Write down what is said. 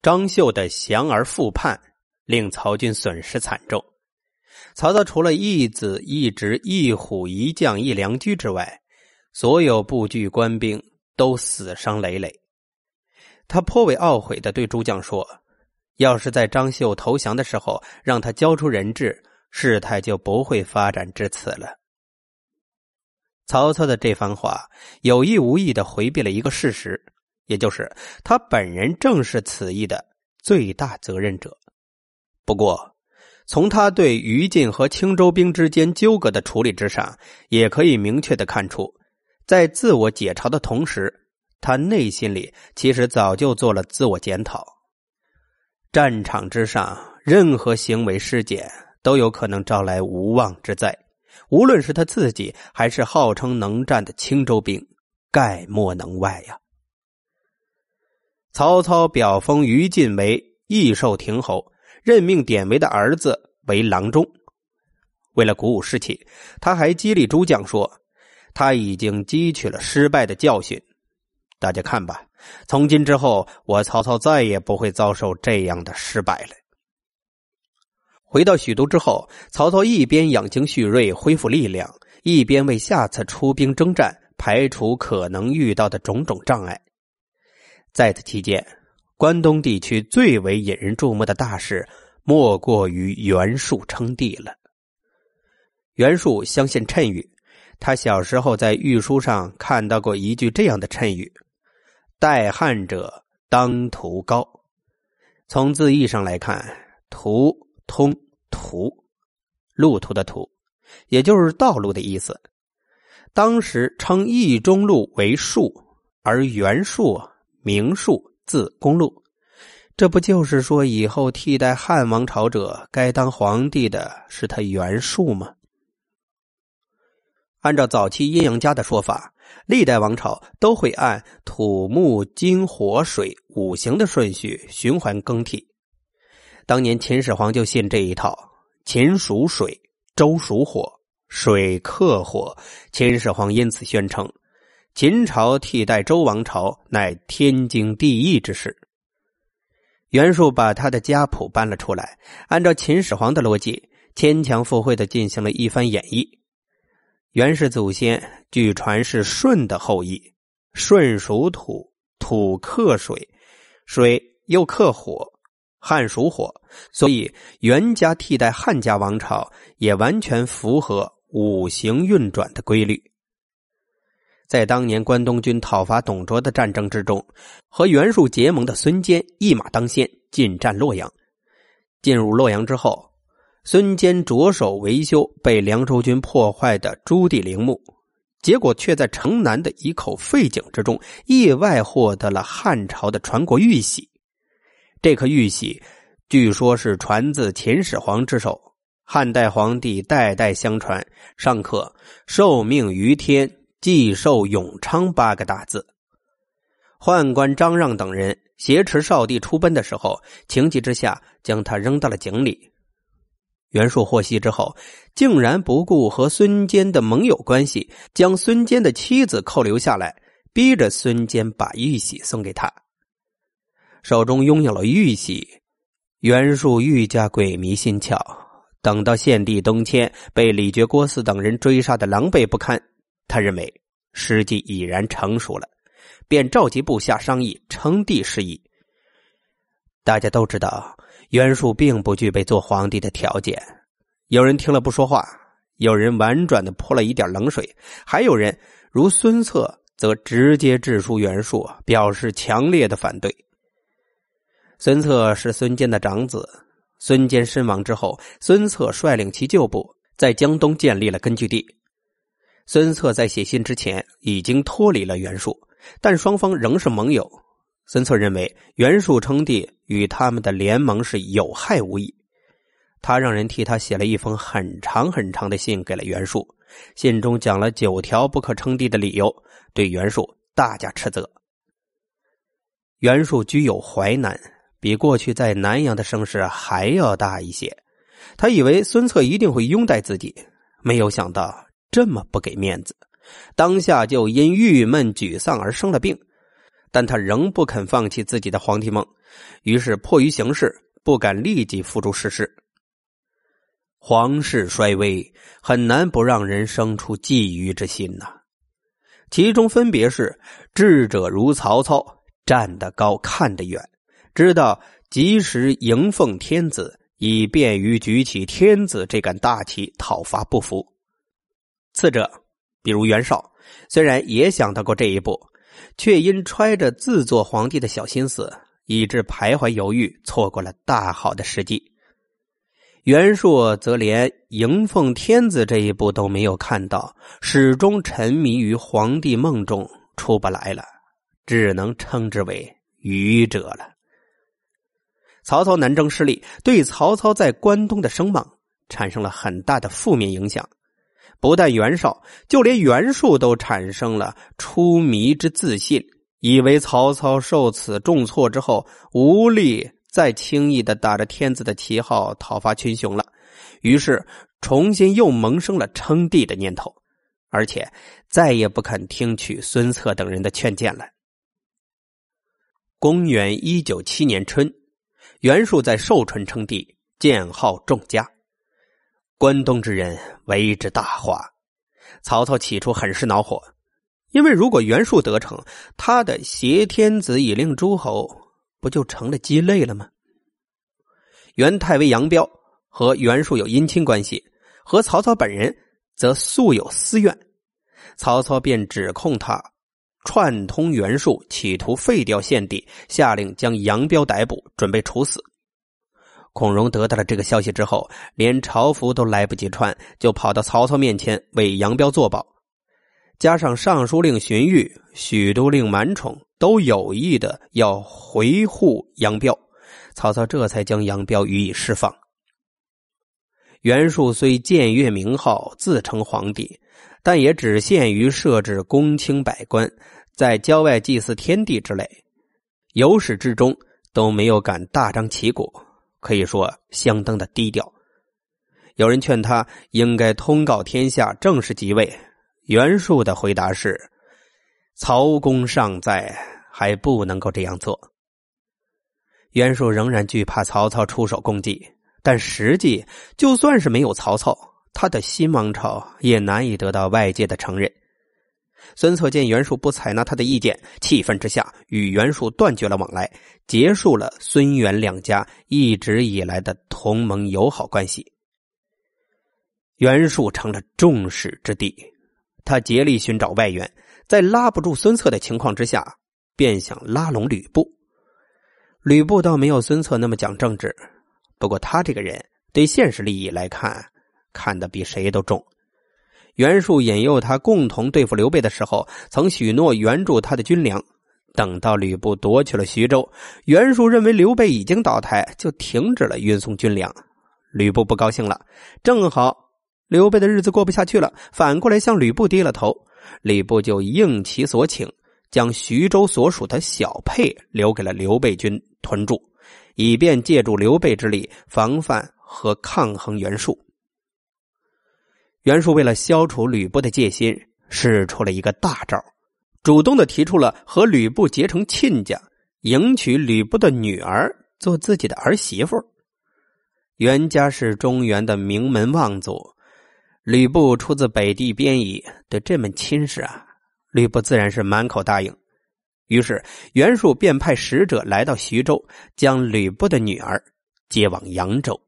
张绣的降而复叛，令曹军损失惨重。曹操除了一子一侄一虎一将一良驹之外，所有部据官兵都死伤累累。他颇为懊悔地对诸将说，要是在张绣投降的时候让他交出人质，事态就不会发展至此了。曹操的这番话有意无意地回避了一个事实，也就是他本人正是此役的最大责任者。不过从他对于禁和青州兵之间纠葛的处理之上，也可以明确地看出，在自我解嘲的同时，他内心里其实早就做了自我检讨。战场之上，任何行为失检都有可能招来无妄之灾，无论是他自己还是号称能战的青州兵，概莫能外呀。曹操表封于禁为益寿亭侯，任命典韦的儿子为郎中。为了鼓舞士气，他还激励诸将说，他已经汲取了失败的教训，大家看吧，从今之后我曹操再也不会遭受这样的失败了。回到许都之后，曹操一边养精蓄锐恢复力量，一边为下次出兵征战排除可能遇到的种种障碍。在此期间，关东地区最为引人注目的大事莫过于袁术称帝了。袁术相信谶语，他小时候在御书上看到过一句这样的谶语，代汉者当途高。从字义上来看，途通途，路途的途，也就是道路的意思。当时称义中路为术，而袁术名术字公路，这不就是说以后替代汉王朝者该当皇帝的是他袁术吗？按照早期阴阳家的说法，历代王朝都会按土木金火水五行的顺序循环更替。当年秦始皇就信这一套，秦属水，周属火，水克火，秦始皇因此宣称秦朝替代周王朝乃天经地义之事。袁术把他的家谱搬了出来，按照秦始皇的逻辑，牵强附会地进行了一番演绎。袁氏祖先据传是舜的后裔，舜属土，土克水，水又克火，汉属火，所以袁家替代汉家王朝也完全符合五行运转的规律。在当年关东军讨伐董卓的战争之中，和袁术结盟的孙坚一马当先进占洛阳。进入洛阳之后，孙坚着手维修被凉州军破坏的朱棣陵墓，结果却在城南的一口废井之中意外获得了汉朝的传国玉玺。这颗玉玺据说是传自秦始皇之手，汉代皇帝代代相传，上刻受命于天，既寿永昌8个大字。宦官张让等人挟持少帝出奔的时候，情急之下将他扔到了井里。袁术获悉之后，竟然不顾和孙坚的盟友关系，将孙坚的妻子扣留下来，逼着孙坚把玉玺送给他。手中拥有了玉玺，袁术愈加鬼迷心窍。等到献帝东迁，被李傕、郭汜等人追杀的狼狈不堪，他认为时机已然成熟了，便召集部下商议称帝事宜。大家都知道袁术并不具备做皇帝的条件，有人听了不说话，有人婉转地泼了一点冷水，还有人如孙策则直接致书袁术，表示强烈的反对。孙策是孙坚的长子，孙坚身亡之后，孙策率领其旧部在江东建立了根据地。孙策在写信之前已经脱离了袁术，但双方仍是盟友。孙策认为袁术称帝与他们的联盟是有害无益，他让人替他写了一封很长很长的信给了袁术，信中讲了9条不可称帝的理由，对袁术大加斥责。袁术居有淮南，比过去在南阳的声势还要大一些，他以为孙策一定会拥戴自己，没有想到这么不给面子，当下就因郁闷沮丧而生了病。 但他仍不肯放弃自己的皇帝梦，于是迫于形势，不敢立即付诸实施。皇室衰微，很难不让人生出觊觎之心呐。其中分别是智者如曹操，站得高看得远，知道及时迎奉天子，以便于举起天子这杆大旗讨伐不服。次者比如袁绍，虽然也想到过这一步，却因揣着自做皇帝的小心思，以致徘徊犹豫，错过了大好的时机。袁术则连迎奉天子这一步都没有看到，始终沉迷于皇帝梦中出不来了，只能称之为愚者了。曹操南征失利，对曹操在关东的声望产生了很大的负面影响。不但袁绍，就连袁术都产生了出迷之自信，以为曹操受此重挫之后，无力再轻易的打着天子的旗号讨伐群雄了，于是重新又萌生了称帝的念头，而且再也不肯听取孙策等人的劝谏了。公元197年春，袁术在寿春称帝，建号仲嘉。关东之人为之大哗。曹操起初很是恼火，因为如果袁术得逞，他的挟天子以令诸侯不就成了鸡肋了吗？袁太尉杨彪和袁术有姻亲关系，和曹操本人则素有私怨，曹操便指控他串通袁术，企图废掉献帝，下令将杨彪逮捕，准备处死。孔融得到了这个消息之后，连朝服都来不及穿，就跑到曹操面前为杨彪作保。加上尚书令荀彧、许都令满宠都有意的要回护杨彪，曹操这才将杨彪予以释放。袁术虽僭越名号，自称皇帝，但也只限于设置公卿百官，在郊外祭祀天地之类，由始至终都没有敢大张旗鼓，可以说相当的低调。有人劝他应该通告天下正式即位，袁术的回答是：曹公尚在，还不能够这样做。袁术仍然惧怕曹操出手攻击，但实际就算是没有曹操，他的新王朝也难以得到外界的承认。孙策见袁术不采纳他的意见，气愤之下与袁术断绝了往来，结束了孙袁两家一直以来的同盟友好关系。袁术成了众矢之的，他竭力寻找外援，在拉不住孙策的情况之下，便想拉拢吕布。吕布倒没有孙策那么讲政治，不过他这个人对现实利益来看，看得比谁都重。袁术引诱他共同对付刘备的时候，曾许诺援助他的军粮。等到吕布夺取了徐州，袁术认为刘备已经倒台，就停止了运送军粮。吕布不高兴了，正好刘备的日子过不下去了，反过来向吕布低了头。吕布就应其所请，将徐州所属的小沛留给了刘备军屯驻，以便借助刘备之力防范和抗衡袁术。袁术为了消除吕布的戒心，使出了一个大招，主动的提出了和吕布结成亲家，迎娶吕布的女儿做自己的儿媳妇。袁家是中原的名门望族，吕布出自北地边邑，对这门亲事吕布自然是满口答应。于是袁术便派使者来到徐州，将吕布的女儿接往扬州。